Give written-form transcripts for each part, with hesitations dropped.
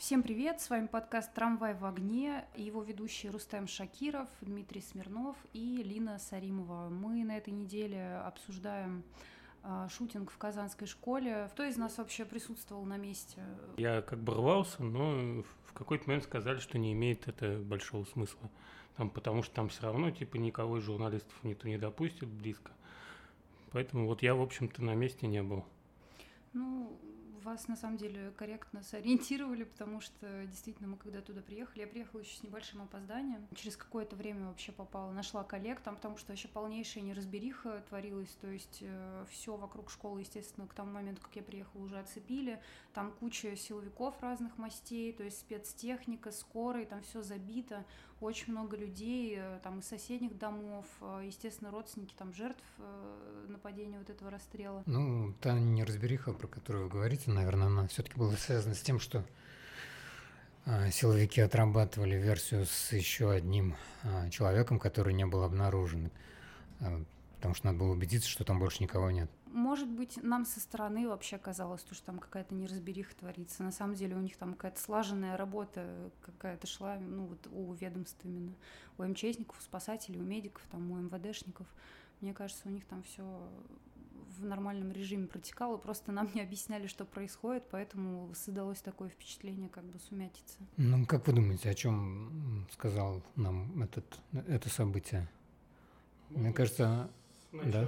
Всем привет, с вами подкаст «Трамвай в огне» и его ведущие Рустем Шакиров, Дмитрий Смирнов и Лина Саримова. Мы на этой неделе обсуждаем шутинг в казанской школе. Кто из нас вообще присутствовал на месте? Я как бы рвался, но в какой-то момент сказали, что не имеет это большого смысла. Потому что там все равно никого из журналистов никто не допустит близко. Поэтому вот я, в общем-то, на месте не был. Вас на самом деле корректно сориентировали, потому что действительно мы когда туда приехали, я приехала еще с небольшим опозданием. Через какое-то время вообще попала, нашла коллег там, потому что вообще полнейшая неразбериха творилась, то есть все вокруг школы, естественно, к тому моменту, как я приехала, уже оцепили. Там куча силовиков разных мастей, то есть спецтехника, скорой, там все забито, очень много людей, там из соседних домов, естественно, родственники там жертв нападения вот этого расстрела. Та неразбериха, про которую вы говорите, наверное, она все-таки была связана с тем, что силовики отрабатывали версию с еще одним человеком, который не был обнаружен, потому что надо было убедиться, что там больше никого нет. Может быть, нам со стороны вообще казалось, что там какая-то неразбериха творится. На самом деле у них там какая-то слаженная работа какая-то шла, у ведомств именно, у МЧСников, у спасателей, у медиков, там, у МВДшников. Мне кажется, у них там все в нормальном режиме протекало, просто нам не объясняли, что происходит, поэтому создалось такое впечатление, как бы сумятица. Как вы думаете, о чем сказал нам это событие? Мне кажется... Сначала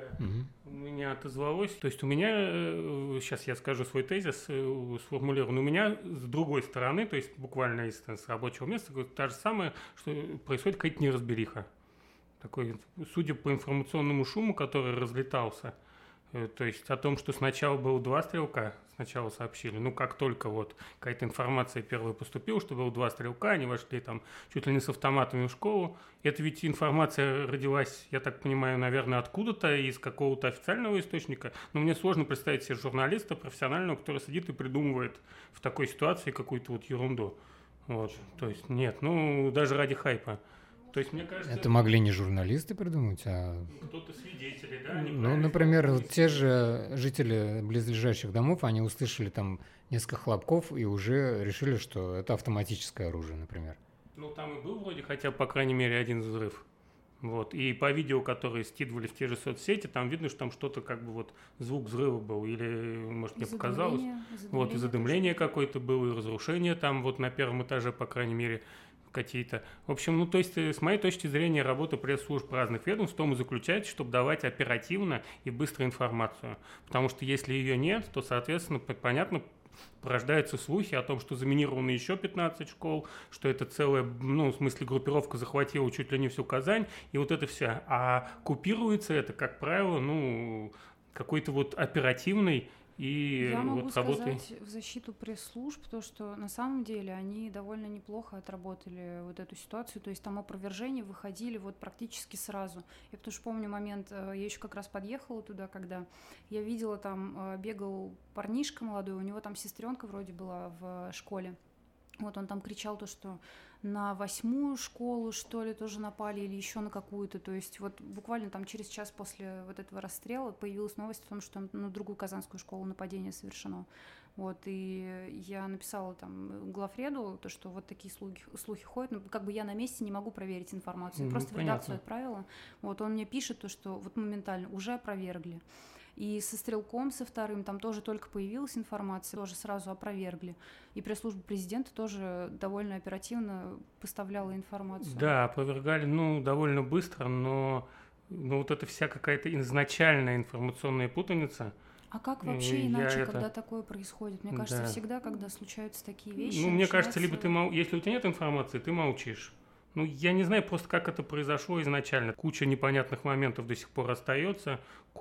у меня отозвалось, то есть у меня, сейчас я скажу свой тезис, сформулирую, у меня с другой стороны, то есть буквально с рабочего места, та же самая, что происходит какая-то неразбериха. Такой, судя по информационному шуму, который разлетался, то есть о том, что сначала было 2 стрелка, сначала сообщили, как только вот какая-то информация первая поступила, что было 2 стрелка, они вошли там чуть ли не с автоматами в школу. Это ведь информация родилась, я так понимаю, наверное, откуда-то, из какого-то официального источника, но мне сложно представить себе журналиста профессионального, который сидит и придумывает в такой ситуации какую-то вот ерунду. Вот, то есть нет, даже ради хайпа. То есть, мне кажется, это могли не журналисты придумать, а... Кто-то свидетели, да? Например, те же жители близлежащих домов, они услышали там несколько хлопков и уже решили, что это автоматическое оружие, например. Там и был вроде хотя бы, по крайней мере, один взрыв. Вот. И по видео, которые скидывали в те же соцсети, там видно, что там что-то как бы вот звук взрыва был. Или, может, мне показалось. И задымление какое-то было, и разрушение там вот на первом этаже, по крайней мере, какие-то. В общем, то есть, с моей точки зрения, работа пресс-служб разных ведомств в том и заключается, чтобы давать оперативно и быстро информацию. Потому что если ее нет, то, соответственно, понятно, порождаются слухи о том, что заминировано еще 15 школ, что это целая, в смысле, группировка захватила чуть ли не всю Казань, и вот это все. А купируется это, как правило, какой-то вот оперативной и я могу вот работой. сказать в защиту пресс-служб, то, что на самом деле они довольно неплохо отработали вот эту ситуацию, то есть там опровержения выходили вот практически сразу. Я потому что помню момент, я еще как раз подъехала туда, когда я видела, там бегал парнишка молодой, у него там сестренка вроде была в школе. Вот он там кричал то, что на 8-ю школу, что ли, тоже напали, или еще на какую-то. То есть вот буквально там через час после вот этого расстрела появилась новость о том, что на другую казанскую школу нападение совершено. Вот, и я написала там главреду, то, что вот такие слухи ходят, как бы я на месте не могу проверить информацию, просто в редакцию отправила. Вот, он мне пишет то, что вот моментально уже опровергли. И со Стрелком, со вторым, там тоже только появилась информация, тоже сразу опровергли. И пресс-служба президента тоже довольно оперативно поставляла информацию. Да, опровергали, довольно быстро, но вот эта вся какая-то изначальная информационная путаница. А как вообще иначе, когда такое происходит? Мне кажется, всегда, когда случаются такие вещи... мне кажется, либо если у тебя нет информации, ты молчишь. Я не знаю просто, как это произошло изначально. Куча непонятных моментов до сих пор остается.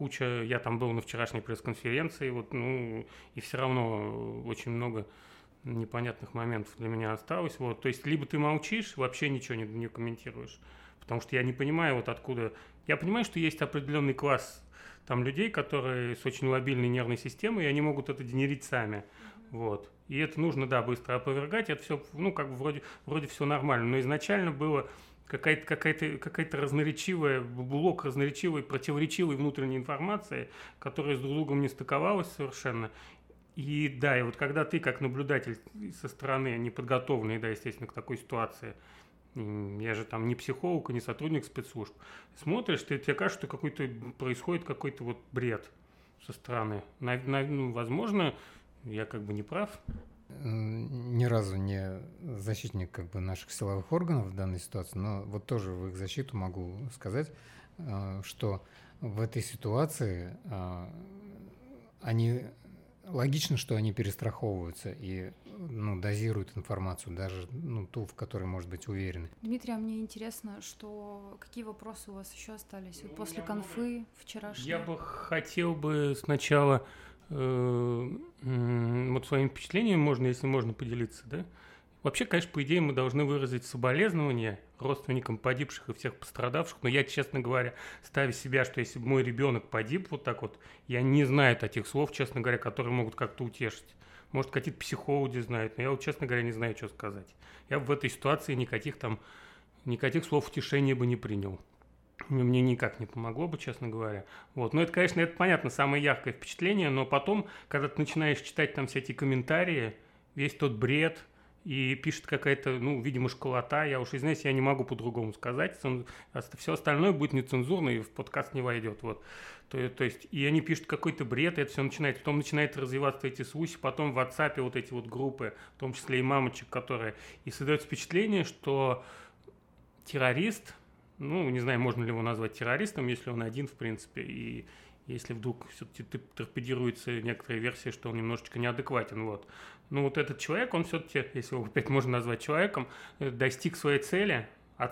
Я там был на вчерашней пресс-конференции, и все равно очень много непонятных моментов для меня осталось. То есть, либо ты молчишь, вообще ничего не комментируешь, потому что я не понимаю, откуда... Я понимаю, что есть определенный класс там людей, которые с очень лобильной нервной системой, и они могут это генерить сами. И это нужно, быстро опровергать. Это все, вроде все нормально. Но изначально было какая-то разноречивая, блок разноречивой, противоречивой внутренней информации, которая с друг другом не стыковалась совершенно. И да, и вот когда ты как наблюдатель со стороны, неподготовленный, да, естественно, к такой ситуации, я же там не психолог, не сотрудник спецслужб, смотришь, тебе кажется, что происходит какой-то вот бред со стороны. Возможно, я как бы не прав. Ни разу не защитник как бы наших силовых органов в данной ситуации, но вот тоже в их защиту могу сказать, что в этой ситуации логично, что они перестраховываются и дозируют информацию, даже ту, в которой, может быть, уверены. Дмитрий, а мне интересно, какие вопросы у вас еще остались после конфы вчерашней? Я бы хотел сначала вот своими впечатлениями можно, если можно, поделиться, да? Вообще, конечно, по идее, мы должны выразить соболезнования родственникам погибших и всех пострадавших, но я, честно говоря, ставя себя, что если бы мой ребенок погиб вот так вот, я не знаю таких слов, честно говоря, которые могут как-то утешить. Может, какие-то психологи знают, но я вот, честно говоря, не знаю, что сказать. Я в этой ситуации никаких слов утешения бы не принял. Мне никак не помогло бы, честно говоря. Вот. Но это, конечно, это понятно, самое яркое впечатление, но потом, когда ты начинаешь читать там все эти комментарии, весь тот бред, и пишет какая-то, видимо, школота, я уж, извиняюсь, я не могу по-другому сказать, все остальное будет нецензурно и в подкаст не войдет, вот. То есть, и они пишут какой-то бред, и это все начинает, потом начинают развиваться эти слухи, потом в WhatsApp вот эти вот группы, в том числе и мамочек, которые, и создается впечатление, что террорист, не знаю, можно ли его назвать террористом, если он один, в принципе, и если вдруг все-таки торпедируется некоторая версия, что он немножечко неадекватен, вот. Вот этот человек, он все-таки, если его опять можно назвать человеком, достиг своей цели,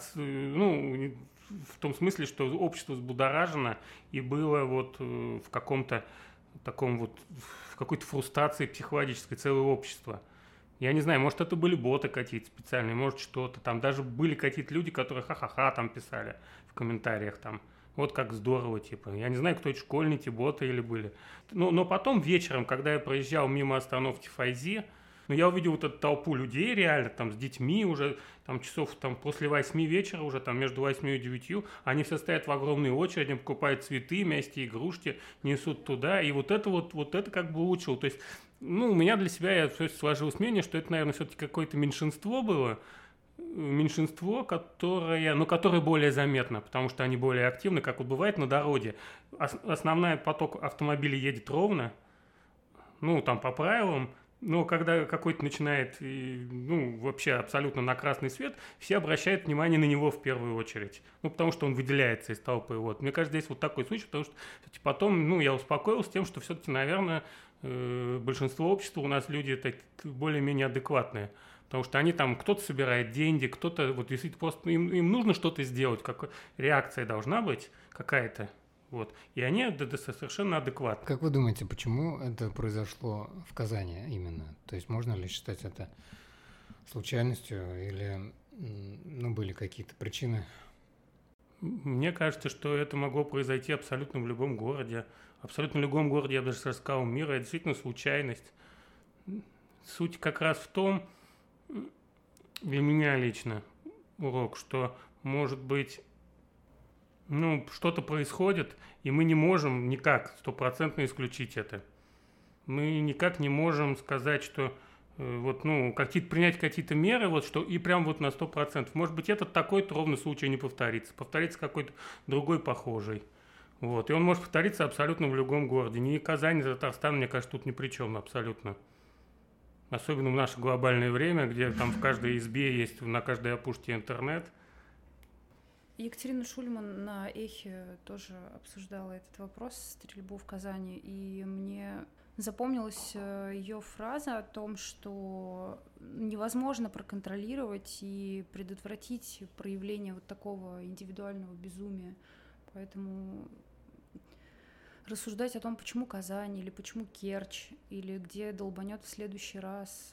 в том смысле, что общество взбудоражено и было вот в каком-то таком вот, в какой-то фрустрации психологической целое общество. Я не знаю, может, это были боты какие-то специальные, может, что-то. Там даже были какие-то люди, которые ха-ха-ха там писали в комментариях там. Вот как здорово, типа. Я не знаю, кто эти школьники, боты или были. Но потом вечером, когда я проезжал мимо остановки Файзи, я увидел вот эту толпу людей реально, там, с детьми уже, там, часов, там, после 8 вечера, уже, там, между 8 и 9, они все стоят в огромной очереди, покупают цветы, мягкие игрушки, несут туда, и вот это как бы улучшило. То есть, у меня для себя, я сложилось мнение, что это, наверное, все-таки какое-то меньшинство было, которое более заметно, потому что они более активны, как вот бывает на дороге. Основной поток автомобилей едет ровно, там, по правилам. Но когда какой-то начинает, вообще абсолютно на красный свет, все обращают внимание на него в первую очередь. Потому что он выделяется из толпы. Вот. Мне кажется, здесь вот такой случай, потому что потом, я успокоился тем, что все-таки, наверное, большинство общества у нас люди более-менее адекватные. Потому что они там, кто-то собирает деньги, кто-то, вот действительно просто им нужно что-то сделать, реакция должна быть какая-то. Вот. И они совершенно адекватны. Как вы думаете, почему это произошло в Казани именно? То есть можно ли считать это случайностью или были какие-то причины? Мне кажется, что это могло произойти абсолютно в любом городе. Абсолютно в любом городе, я бы даже сказал, мира. Это действительно случайность. Суть как раз в том, для меня лично урок, что, может быть, что-то происходит, и мы не можем никак стопроцентно исключить это. Мы никак не можем сказать, что принять какие-то меры, и прям на 100%. Может быть, этот такой-то ровно случай не повторится. Повторится какой-то другой похожий. Вот. И он может повториться абсолютно в любом городе. Ни Казань, ни Татарстан, мне кажется, тут ни при чем абсолютно. Особенно в наше глобальное время, где там в каждой избе есть, на каждой опушке интернет. Екатерина Шульман на Эхе тоже обсуждала этот вопрос, стрельбу в Казани, и мне запомнилась ее фраза о том, что невозможно проконтролировать и предотвратить проявление вот такого индивидуального безумия. Поэтому рассуждать о том, почему Казань, или почему Керчь, или где долбанет в следующий раз,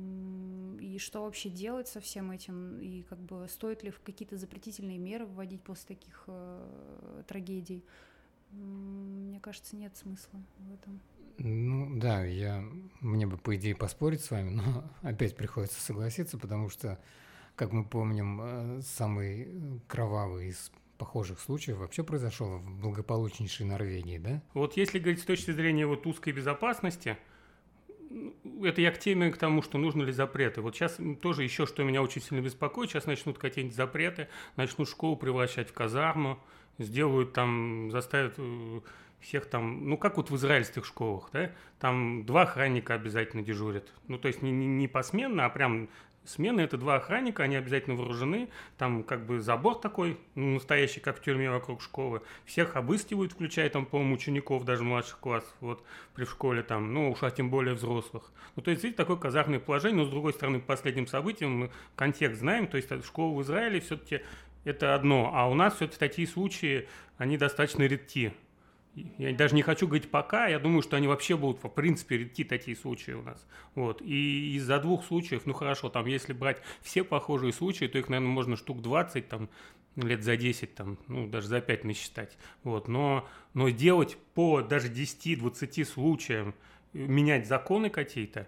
и что вообще делать со всем этим, и стоит ли какие-то запретительные меры вводить после таких трагедий, мне кажется, нет смысла в этом. Да, мне бы, по идее, поспорить с вами, но опять приходится согласиться, потому что, как мы помним, самый кровавый из похожих случаев вообще произошел в благополучнейшей Норвегии, да? Вот если говорить с точки зрения узкой безопасности, это я к теме, к тому, что нужны ли запреты. Вот сейчас тоже еще, что меня очень сильно беспокоит, сейчас начнут какие-нибудь запреты, начнут школу превращать в казарму, сделают там, заставят всех там, ну как вот в израильских школах, да, там 2 охранника обязательно дежурят. Ну то есть не посменно, а прям смена — это 2 охранника, они обязательно вооружены, там как бы забор такой, настоящий, как в тюрьме вокруг школы, всех обыскивают, включая там, по-моему, учеников, даже младших классов, вот, при школе там, ну уж а тем более взрослых. Ну то есть, видите, такое казарное положение, но с другой стороны, по последним событиям мы контекст знаем, то есть школа в Израиле все-таки это одно, а у нас все-таки такие случаи, они достаточно редки. Я даже не хочу говорить пока, я думаю, что они вообще будут, в принципе, редки такие случаи у нас. Вот. И из-за 2 случаев, ну хорошо, там, если брать все похожие случаи, то их, наверное, можно штук 20, там, лет за 10, там, ну, даже за 5 насчитать. Вот. Но делать по даже 10-20 случаям, менять законы какие-то,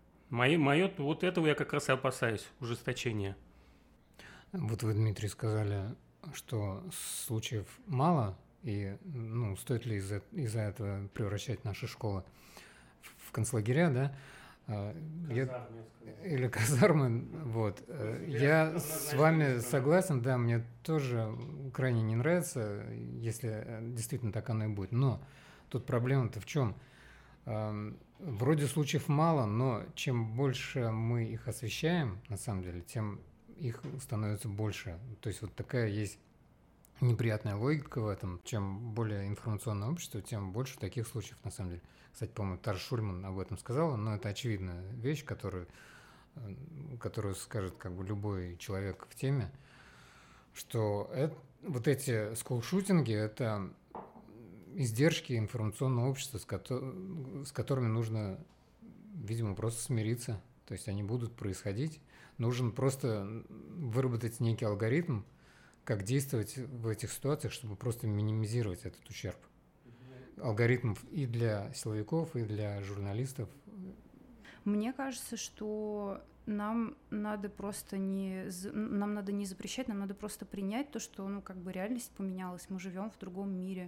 вот этого я как раз и опасаюсь, ужесточения. Вот вы, Дмитрий, сказали, что случаев мало. И ну, стоит ли из-за этого превращать наши школы в концлагеря, да? Или казармы. Вот. Я с вами согласен, да, мне тоже крайне не нравится, если действительно так оно и будет. Но тут проблема-то в чем? Вроде случаев мало, но чем больше мы их освещаем, на самом деле, тем их становится больше. То есть вот такая есть неприятная логика в этом. Чем более информационное общество, тем больше таких случаев на самом деле. Кстати, по-моему, Тарш Шульман об этом сказала, но это очевидная вещь, которую скажет как бы любой человек в теме, что вот эти скулшутинги — это издержки информационного общества, с которыми нужно, видимо, просто смириться. То есть они будут происходить. Нужен просто выработать некий алгоритм, как действовать в этих ситуациях, чтобы просто минимизировать этот ущерб. Алгоритмов и для силовиков, и для журналистов. Мне кажется, что нам надо не запрещать, нам надо просто принять то, что ну, как бы реальность поменялась, мы живем в другом мире.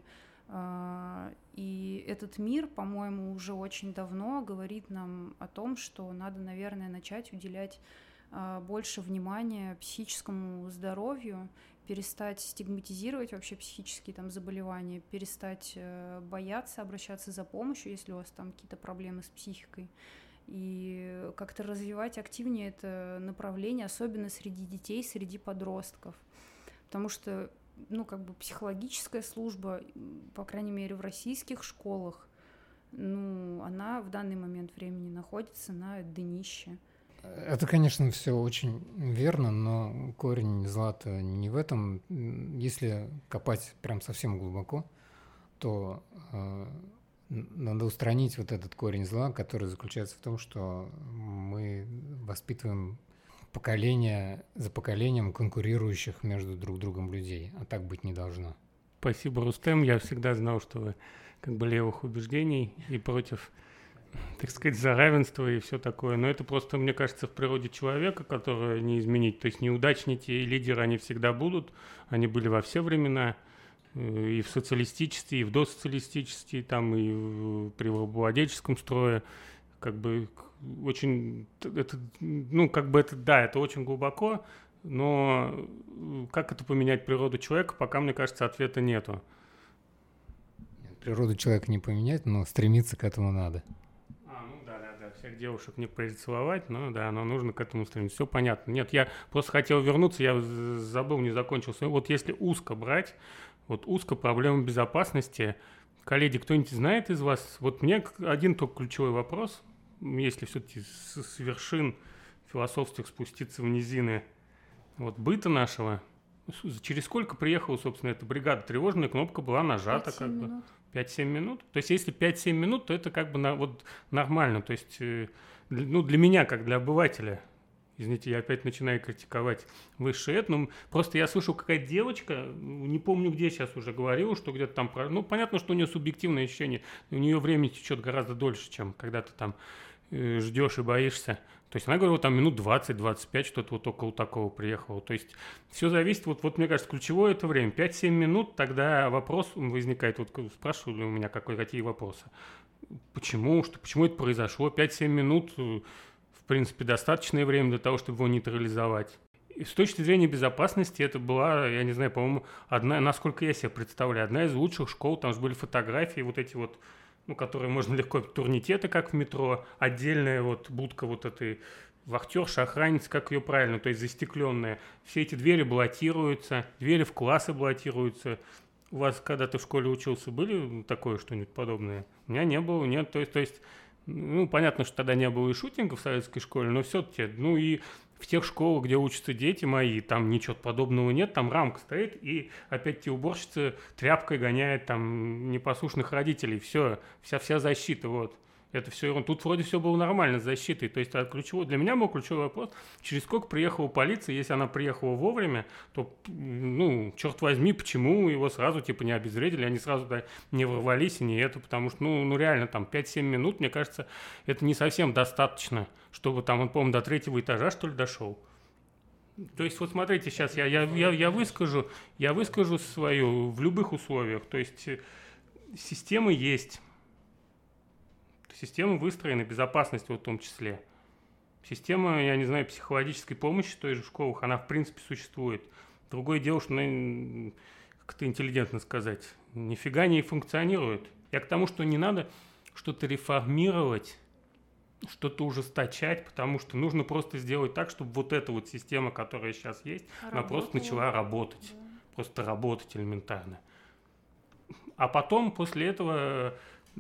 И этот мир, по-моему, уже очень давно говорит нам о том, что надо, наверное, начать уделять больше внимания психическому здоровью, перестать стигматизировать вообще психические там заболевания, перестать бояться обращаться за помощью, если у вас там какие-то проблемы с психикой, и как-то развивать активнее это направление, особенно среди детей, среди подростков. Потому что, ну, как бы психологическая служба, по крайней мере, в российских школах, ну, она в данный момент времени находится на днище. Это, конечно, все очень верно, но корень зла-то не в этом. Если копать прям совсем глубоко, то надо устранить вот этот корень зла, который заключается в том, что мы воспитываем поколение за поколением конкурирующих между друг другом людей, а так быть не должно. Спасибо, Рустем. Я всегда знал, что вы как бы левых убеждений и против, так сказать, за равенство и все такое. Но это просто, мне кажется, в природе человека, которое не изменить. То есть неудачники и лидеры, они всегда будут. Они были во все времена. И в социалистической, и в досоциалистической, там, и при рабовладельческом строе. Как бы очень... Это, ну, как бы это, да, это очень глубоко. Но как это поменять природу человека, пока, мне кажется, ответа нету. Природу человека не поменять, но стремиться к этому надо. Всех девушек не поцеловать, но да, но нужно к этому стремиться. Все понятно. Нет, я просто хотел вернуться, я забыл, не закончил. Вот если узко брать, вот узко проблема безопасности, коллеги, кто-нибудь знает из вас? Вот мне один только ключевой вопрос, если все-таки с вершин философских спуститься в низины вот быта нашего, через сколько приехала, собственно, эта бригада? Тревожная кнопка была нажата, как бы. 5-7 минут? То есть, если 5-7 минут, то это как бы вот нормально. То есть, ну, для меня, как для обывателя, извините, я опять начинаю критиковать высшее это, но просто я слышал, какая девочка, не помню, где сейчас уже говорила, что где-то там, ну, понятно, что у нее субъективное ощущение, у нее времени течет гораздо дольше, чем когда-то там ждешь и боишься. То есть она говорила, там минут 20-25 что-то вот около такого приехало. То есть все зависит, вот мне кажется, ключевое это время. 5-7 минут, тогда вопрос возникает, вот спрашивали у меня, какие вопросы. Почему это произошло? 5-7 минут, в принципе, достаточное время для того, чтобы его нейтрализовать. И с точки зрения безопасности это была, я не знаю, по-моему, одна, насколько я себе представляю, одна из лучших школ. Там же были фотографии вот эти вот, которые можно легко, турникеты, как в метро, отдельная вот будка вот этой вахтерша, охранница, как ее правильно, то есть застекленная. Все эти двери блокируются, двери в классы блокируются. У вас, когда ты в школе учился, были такое что-нибудь подобное? У меня не было, нет. То есть, понятно, что тогда не было и шутинга в советской школе, но все-таки, и в тех школах, где учатся дети мои, там ничего подобного нет, там рамка стоит, и опять-таки уборщица тряпкой гоняет там непослушных родителей. Все, вся защита, вот. Это все, тут вроде все было нормально с защитой. То есть для меня был ключевой вопрос, через сколько приехала полиция. Если она приехала вовремя, то, черт возьми, почему его сразу не обезвредили, они сразу не ворвались и не это, потому что, реально, там 5-7 минут, мне кажется, это не совсем достаточно, чтобы там, он, по-моему, до 3-го этажа, что ли, дошел. То есть, вот смотрите, сейчас я выскажу свою в любых условиях. То есть, система есть. Система выстроена, безопасность в том числе. Система, я не знаю, психологической помощи в той же школах, она в принципе существует. Другое дело, что она, как-то интеллигентно сказать, нифига не функционирует. Я к тому, что не надо что-то реформировать, что-то ужесточать, потому что нужно просто сделать так, чтобы вот эта вот система, которая сейчас есть, она просто начала работать. Да. Просто работать элементарно. А потом, после этого,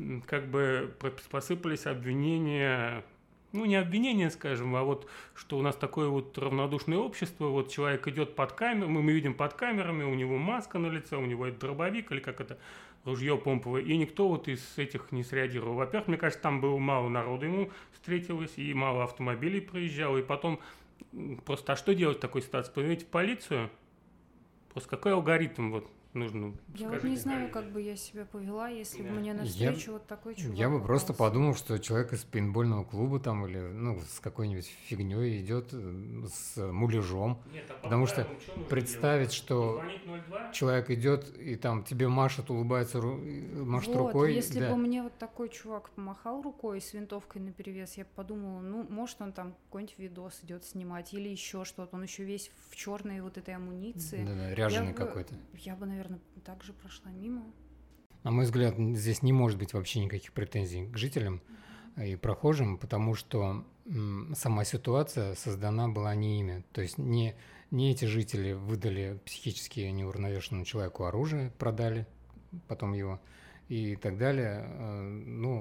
посыпались обвинения, не обвинения, скажем, а вот, что у нас такое вот равнодушное общество, вот человек идет под камерой, мы видим под камерами, у него маска на лице, у него это дробовик или как это, ружье помповое, и никто вот из этих не среагировал. Во-первых, мне кажется, там было мало народу ему встретилось, и мало автомобилей проезжало, и потом просто, а что делать в такой ситуации? Позвонить в полицию? Просто какой алгоритм вот? Нужно. Я вот не знаю, как бы я себя повела, если бы мне навстречу вот такой чувак. Я бы просто подумал, что человек из пейнтбольного клуба там или с какой-нибудь фигней идет с муляжом. Нет, потому что представить, что человек идет и там тебе машет, улыбается, машет рукой. Если бы мне вот такой чувак помахал рукой с винтовкой наперевес, я бы подумала, может он там какой-нибудь видос идет снимать или еще что-то. Он еще весь в черной вот этой амуниции. Да, ряженый какой-то. Я бы, наверное, так же прошла мимо. На мой взгляд, здесь не может быть вообще никаких претензий к жителям и прохожим, потому что сама ситуация создана была не ими. То есть не эти жители выдали психически неуравновешенному человеку оружие, продали потом его и так далее.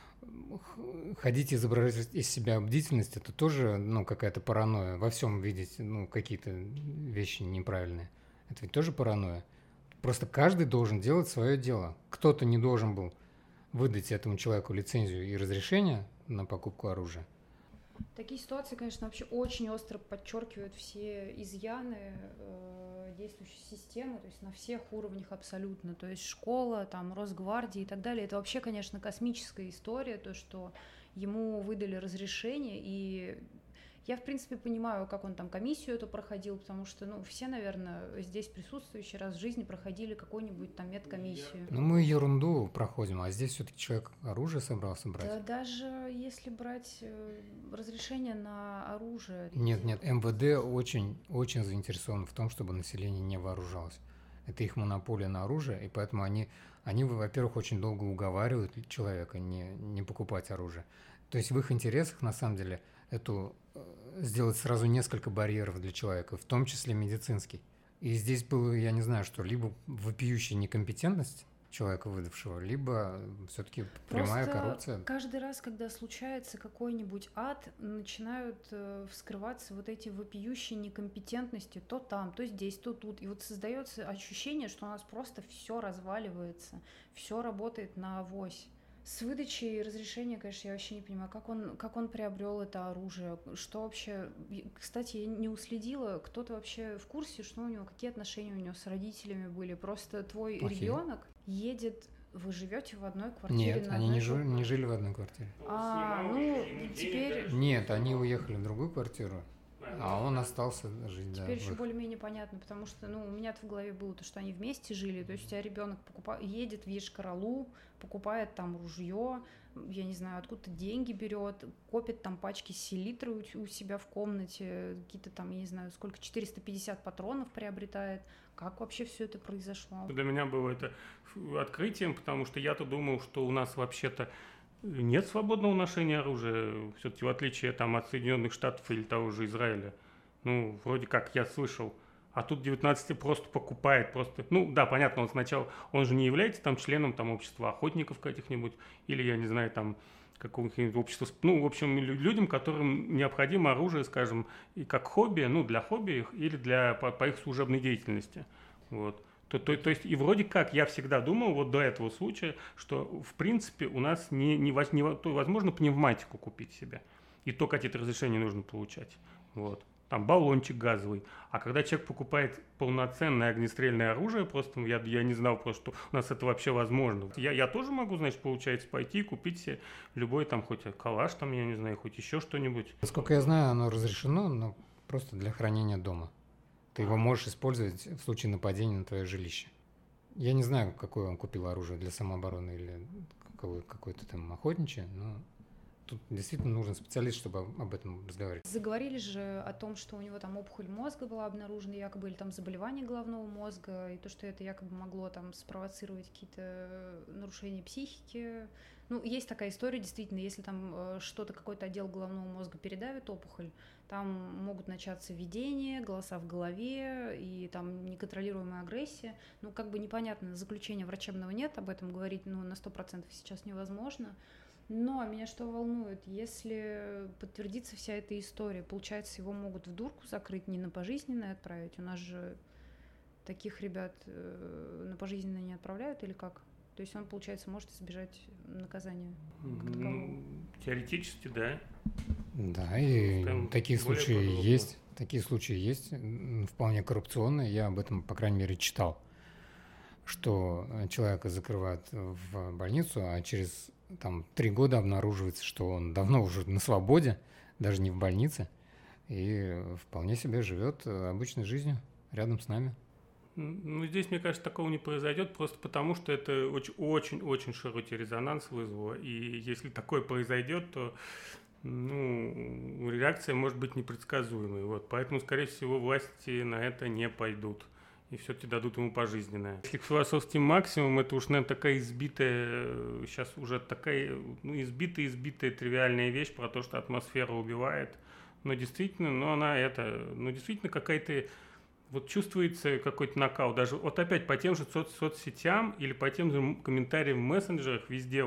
Ходить и изображать из себя бдительность, это тоже какая-то паранойя. Во всем видеть какие-то вещи неправильные. Это ведь тоже паранойя. Просто каждый должен делать свое дело. Кто-то не должен был выдать этому человеку лицензию и разрешение на покупку оружия. Такие ситуации, конечно, вообще очень остро подчеркивают все изъяны действующей системы, то есть на всех уровнях абсолютно. То есть школа, там, Росгвардия и так далее. Это вообще, конечно, космическая история, то, что ему выдали разрешение, и я, в принципе, понимаю, как он там комиссию эту проходил, потому что, все, наверное, здесь присутствующие раз в жизни проходили какую-нибудь там медкомиссию. Мы ерунду проходим, а здесь все-таки человек оружие собрался брать. Да, даже если брать разрешение на оружие. Нет, МВД очень заинтересован в том, чтобы население не вооружалось. Это их монополия на оружие, и поэтому они, во-первых, очень долго уговаривают человека не покупать оружие. То есть в их интересах, на самом деле, сделать сразу несколько барьеров для человека, в том числе медицинский. И здесь было, я не знаю, что либо вопиющая некомпетентность человека, выдавшего, либо все-таки прямая коррупция. Каждый раз, когда случается какой-нибудь ад, начинают вскрываться вот эти вопиющие некомпетентности то там, то здесь, то тут. И вот создается ощущение, что у нас просто все разваливается, все работает на авось. С выдачей разрешения, конечно, я вообще не понимаю, как он приобрел это оружие, что вообще... Кстати, я не уследила, кто-то вообще в курсе, что у него, какие отношения у него с родителями были. Просто твой ребенок едет Вы живете в одной квартире? Нет, они не жили в одной квартире. Теперь... Нет, они уехали в другую квартиру, а он остался жить. Теперь еще более-менее понятно, потому что, у меня-то в голове было то, что они вместе жили, то есть у тебя ребенок едет в Йошкар-Олу, покупает там ружье, я не знаю, откуда-то деньги берет, копит там пачки селитры у себя в комнате, какие-то там, я не знаю, сколько, 450 патронов приобретает. Как вообще все это произошло? Для меня было это открытием, потому что я-то думал, что у нас вообще-то нет свободного ношения оружия, все-таки в отличие там, от Соединенных Штатов или того же Израиля. Вроде как я слышал. А тут 19 просто покупает, просто... Да, понятно, он же не является там членом там общества охотников каких-нибудь, или, я не знаю, там, какого-нибудь общества... в общем, людям, которым необходимо оружие, скажем, и как хобби, для хобби или по их служебной деятельности. Вот. То есть, и вроде как я всегда думал, вот до этого случая, что, в принципе, у нас возможно пневматику купить себе. И то какие-то разрешения нужно получать. Вот. Там баллончик газовый. А когда человек покупает полноценное огнестрельное оружие, просто я не знал, просто, что у нас это вообще возможно. Я тоже могу, значит, получается, пойти и купить себе любой там, хоть калаш, там, я не знаю, хоть еще что-нибудь. Насколько я знаю, оно разрешено, но просто для хранения дома. Ты его можешь использовать в случае нападения на твое жилище. Я не знаю, какое он купил оружие, для самообороны или какое-то там охотничье, но тут действительно нужен специалист, чтобы об этом разговаривать. Заговорили же о том, что у него там опухоль мозга была обнаружена, якобы, или там заболевание головного мозга, и то, что это якобы могло там спровоцировать какие-то нарушения психики. Есть такая история, действительно, если там что-то, какой-то отдел головного мозга передавит опухоль, там могут начаться видения, голоса в голове и там неконтролируемая агрессия. Непонятно, заключения врачебного нет, об этом говорить на 100% сейчас невозможно. Но меня что волнует, если подтвердится вся эта история, получается, его могут в дурку закрыть, не на пожизненное отправить? У нас же таких ребят на пожизненное не отправляют или как? То есть он, получается, может избежать наказания как такового? Теоретически, да. Да, и такие случаи есть. Такие случаи есть, вполне коррупционные. Я об этом, по крайней мере, читал, что человека закрывают в больницу, а через 3 года обнаруживается, что он давно уже на свободе, даже не в больнице, и вполне себе живет обычной жизнью рядом с нами. Здесь, мне кажется, такого не произойдет, просто потому, что это очень-очень широкий резонанс вызвало. И если такое произойдет, то реакция может быть непредсказуемой. Вот. Поэтому, скорее всего, власти на это не пойдут. И все-таки дадут ему пожизненное. Если философский максимум, это уж, наверное, такая избитая, сейчас уже такая, избитая тривиальная вещь про то, что атмосфера убивает. Но действительно, действительно какая-то, чувствуется какой-то накал. Даже опять по тем же соцсетям или по тем же комментариям в мессенджерах везде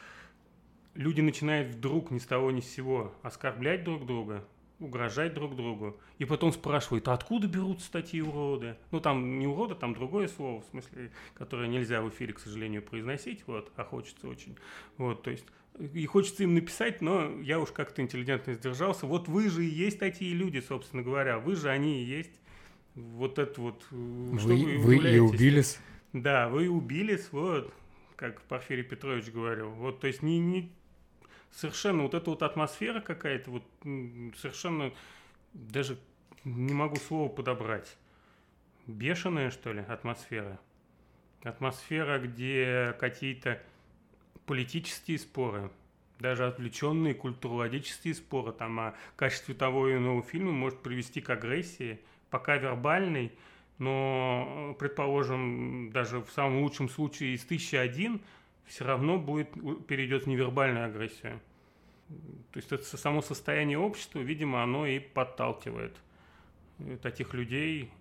люди начинают вдруг ни с того ни с сего оскорблять друг друга, угрожать друг другу, и потом спрашивают, а откуда берутся такие уроды? Там не уроды, там другое слово, в смысле, которое нельзя в эфире, к сожалению, произносить, а хочется очень. То есть, и хочется им написать, но я уж как-то интеллигентно сдержался. Вы же и есть такие люди, собственно говоря, вы же они и есть. Вы и убились. Да, вы убились, как Порфирий Петрович говорил. То есть совершенно эта атмосфера какая-то, совершенно даже не могу слово подобрать. Бешеная, что ли, атмосфера. Атмосфера, где какие-то политические споры, даже отвлеченные культурологические споры о качестве того или иного фильма может привести к агрессии, пока вербальной, но, предположим, даже в самом лучшем случае из 1001 все равно перейдет в невербальную агрессию. То есть это само состояние общества, видимо, оно и подталкивает таких людей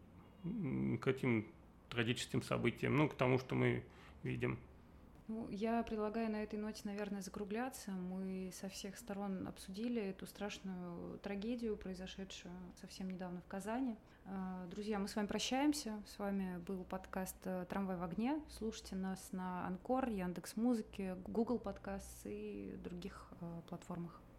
к этим трагическим событиям, к тому, что мы видим. Я предлагаю на этой ноте, наверное, закругляться. Мы со всех сторон обсудили эту страшную трагедию, произошедшую совсем недавно в Казани. Друзья, мы с вами прощаемся. С вами был подкаст «Трамвай в огне». Слушайте нас на Анкор, Яндекс.Музыке, Google Подкаст и других платформах.